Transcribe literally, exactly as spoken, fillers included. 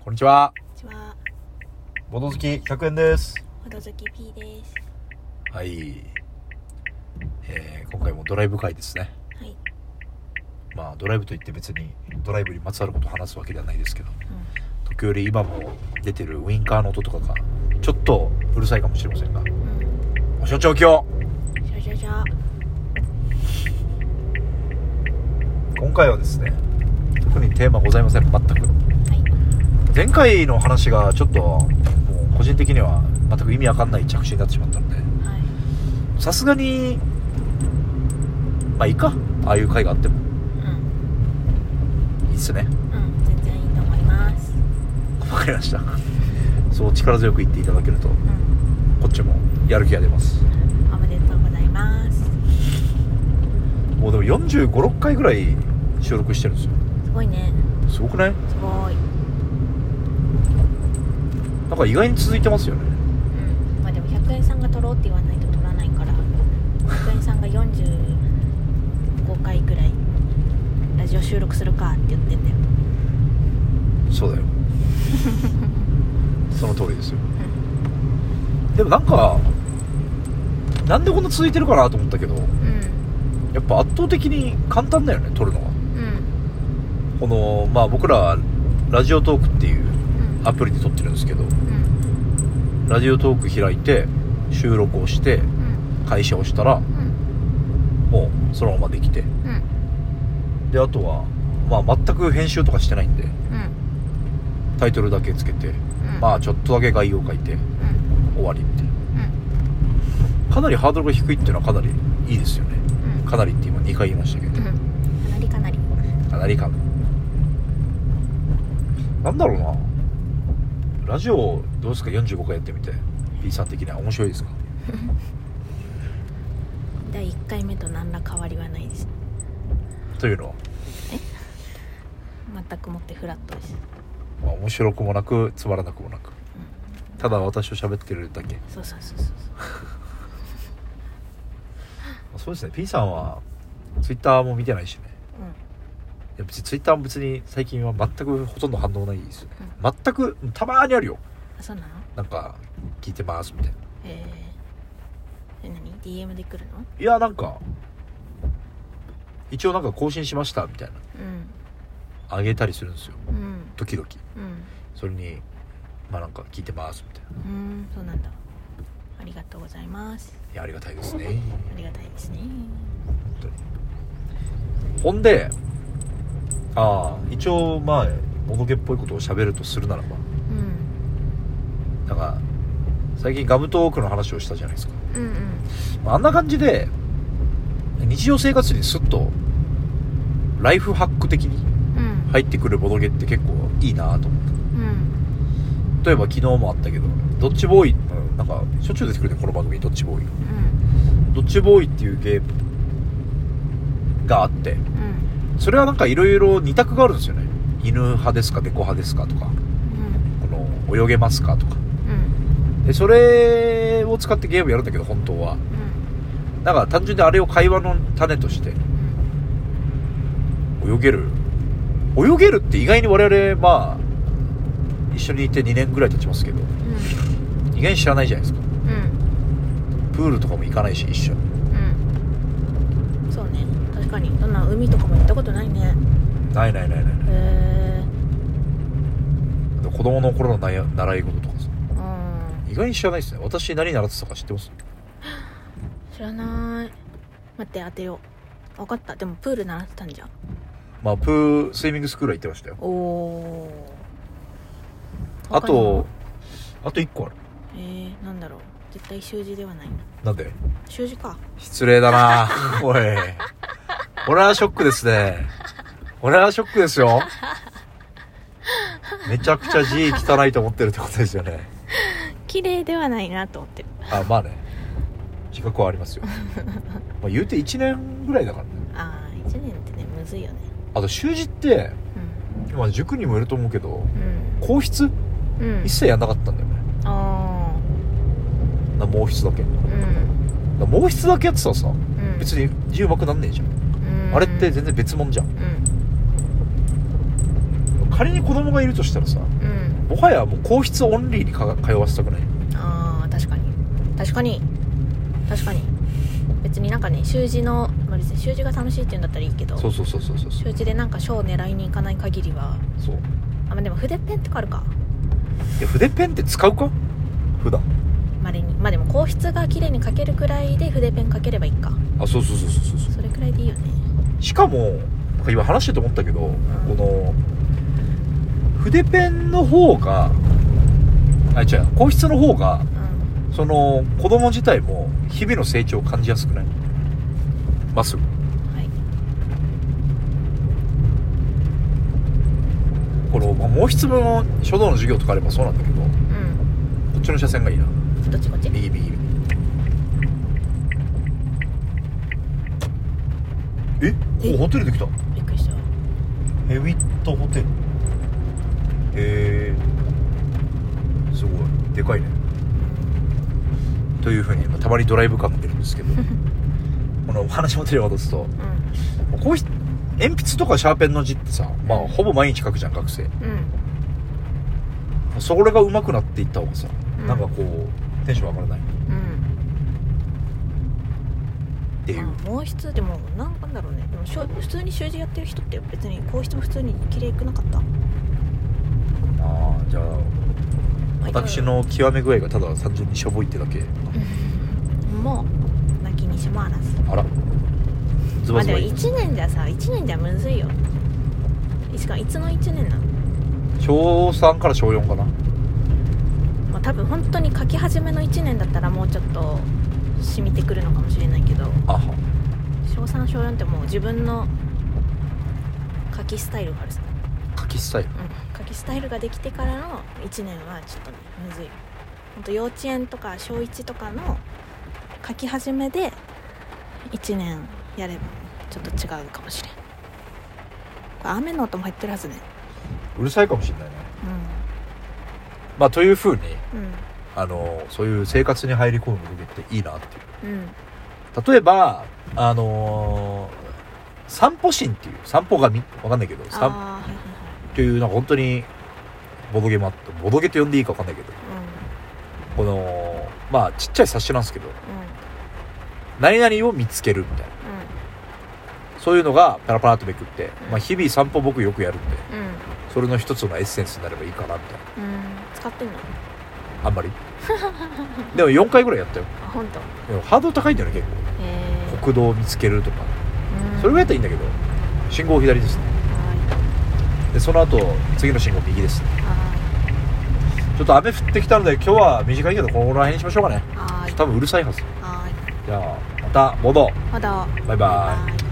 こんにちは。 こんにちは。 ボド好きひゃくえんです。 ボド好き P です。 はい、えー、今回もドライブ会ですね。 はい。 まあドライブといって別にドライブにまつわることを話すわけではないですけど、 うん、 時折今も出てるウインカーの音とかがちょっとうるさいかもしれませんが、うん、ご承知おきを。 しょしょしょ。 今回はですね、特にテーマございません。全く。 はい。 前回の話がちょっともう個人的には全く意味わかんない着地になってしまったので、さすがにまあいいか、ああいう回があっても、うん、いいっすね。 うん、全然いいと思います。 わかりました。そう力強く言っていただけると、うん、こっちもやる気が出ます。 おめでとうございます。 もうでもよんじゅうご、ろっかいぐらい収録してるんですよ。 すごいね。 すごくない？ すごい。 なんか意外に続いてますよね。 うん。まあでもひゃくえんさんが取ろうって言わないと取らないから、ひゃくえんさんがよんじゅうごかいぐらいラジオ収録するかって言ってんだよ。 そうだよ。その通りですよ。うん、でもなんかなんでこんな続いてるかなと思ったけど、うん、やっぱ圧倒的に簡単だよね、撮るのが。うん、このまあ僕らラジオトークっていうアプリで撮ってるんですけど、うん、ラジオトーク開いて収録をして、うん、開始をしたら、うん、もうそのままできて、うん、であとはまあ全く編集とかしてないんで、うん、タイトルだけつけて、うん、まあちょっとだけ概要書いて、うん、終わりみたいな、うん、かなりハードルが低いっていうのはかなりいいですよね。うん、かなりって今にかい言いましたけど、うん、かなりかなりかなりかなりなんだろうな。ラジオどうですか？よんじゅうごかいやってみて P さん的には面白いですか？ だいいっかいめと何ら変わりはないです。 というのはえ全くもってフラットです。 まあ、面白くもなくつまらなくもなく、うん、ただ私と喋ってるだけ。 そうそうそうそうそうですね。 P さんはツイッターも見てないしね、うん、いや別にツイッターも別に最近は全くほとんど反応ないですよね、うん、全くたまーにあるよ。 あ、そうなの？ なんか聞いてますみたいな。 えー、え何 ディーエム で来るの？ いやなんか一応なんか更新しましたみたいな、うん、あげたりするんですよ、うん、時々、うん、それにまあなんか聞いてますみたいな。 うん、そうなんだ。ありがとうございます。 いやありがたいですね。 ありがたいですね。 本当に。ほんでああ一応まあものけっぽいことを喋るとするならば、うん、なんか最近ガムトークの話をしたじゃないですか、うんうん、あんな感じで日常生活にスッとライフハック的に入ってくるボドゲって結構いいなと思って、うん、例えば昨日もあったけどドッジボーイ、なんかしょっちゅう出てくるねこの番組にドッジボーイが、うん、ドッジボーイっていうゲームがあって、うん、それはなんかいろいろに択があるんですよね。犬派ですか猫派ですかとか、うん、この泳げますかとか、うん、でそれを使ってゲームやるんだけど本当は、うん、なんか単純にあれを会話の種として、うん、泳げる泳げるって意外に我々まあ一緒にいてにねんぐらい経ちますけど、うん、意外に知らないじゃないですか、うん、プールとかも行かないし一緒に、 うん、そうね。確かにそんな海とかも行ったことないね。 ないないないないない。へー。子供の頃の習い事とかさ、うん、意外に知らないですね。私何習ってたか知ってます？ 知らない。待って当てよう。分かった。でもプール習ってたんじゃん。 まあプースイミングスクールは行ってましたよ。 おー。 あとあといっこある。 えー、なんだろう。絶対習字ではないな。 なんで？ 習字か。 失礼だなおい。俺はショックですね。俺はショックですよ。めちゃくちゃ字汚いと思ってるってことですよね。 綺麗ではないなと思ってる。あ、 まあね。自覚はありますよ。まあ言うていちねんぐらいだからね。 ああ、いちねんってね、むずいよね。 あと習字って、うん、まあ塾にもよると思うけど、うん、硬筆、うん、一切やんなかったんだよね。ああ。毛筆だけ。うん。だ毛筆だけやってたらさ、うん、別に字うまくなんねえじゃん。うん、あれって全然別物じゃん。うん、仮に子供がいるとしたらさ、うん、 もはやもう硬質オンリーにか通わせたくない。 あー確かに確かに確かに別になんかね習字の、まあ、別に習字が楽しいっていうんだったらいいけど、 そうそうそうそうそう習字でなんか賞を狙いに行かない限りは。 そう。 あ、まあ、でも筆ペンとかあるか。 いや筆ペンって使うか普段。 まれに。まあでも硬筆が綺麗に書けるくらいで筆ペン書ければいいか。 あ、そうそうそうそうそう。 それくらいでいいよね。 しかもなんか今話してて思ったけど、うん、この筆ペンの方があ違う硬筆の方が、うん、その子供自体も日々の成長を感じやすくない？まっすぐ。はい。この、まあ、毛筆の書道の授業とかあればそうなんだけど、うん、こっちの車線がいいな。 どっちこっち？ 右右右。ええ、ホテルできた。 びっくりした。 ヘビットホテル。へえー、すごいでかいね。というふうにたまにドライブ感が出るんですけどこの話も手に戻すと、うん、こういう鉛筆とかシャーペンの字ってさ、まあほぼ毎日書くじゃん学生、うん、それが上手くなっていった方がさ、うん、なんかこうテンション上がらない、うん、っていう。 毛筆でもなんなんだろうね。でも普通に習字やってる人って別に硬筆も普通に綺麗くなかった。 ああ、じゃあ私の極め具合がただ単純にしょぼいってだけ。 もう泣きにしもあらず。 あらズバズバ。 まあでもいちねんじゃさいちねんじゃむずいよ。しかもいつのいちねんなの？ しょうさんからしょうよんかな。 まあ多分本当に書き始めのいちねんだったらもうちょっと染みてくるのかもしれないけど、 あはしょうさんしょうよんってもう自分の書きスタイルがあるさ。 書きスタイル、 うん、書きスタイルができてからのいちねんはちょっとねむずい。ほんと幼稚園とか小いちとかの書き始めでいちねんやればちょっと違うかもしれん。これ雨の音も入ってるはずね。 うるさいかもしれないね、 うん、 まあというふうに、うん、あのそういう生活に入り込む部分っていいなっていう、うん、例えばあのー、散歩神っていう散歩神わかんないけど散歩っていうなんか本当にボドゲもあってボドゲと呼んでいいかわかんないけど、うん、このまあちっちゃい冊子なんですけど、うん、何々を見つけるみたいな、うん、そういうのがパラパラっとめくって、うん、まあ、日々散歩僕よくやるんで、うん、それの一つのエッセンスになればいいかなみたいな、うん、 使ってんの？ あんまりでもよんかいぐらいやったよ。 あ、本当。 でもハードル高いんだよね結構。国道を見つけるとか、うん、それぐらいやったらいいんだけど信号左ですね。はい。でその後次の信号右ですね。はい。ちょっと雨降ってきたので今日は短いけどこの辺にしましょうかね。はい。多分うるさいはず。はい。じゃあまたボドボドバイバイ。バイバイ。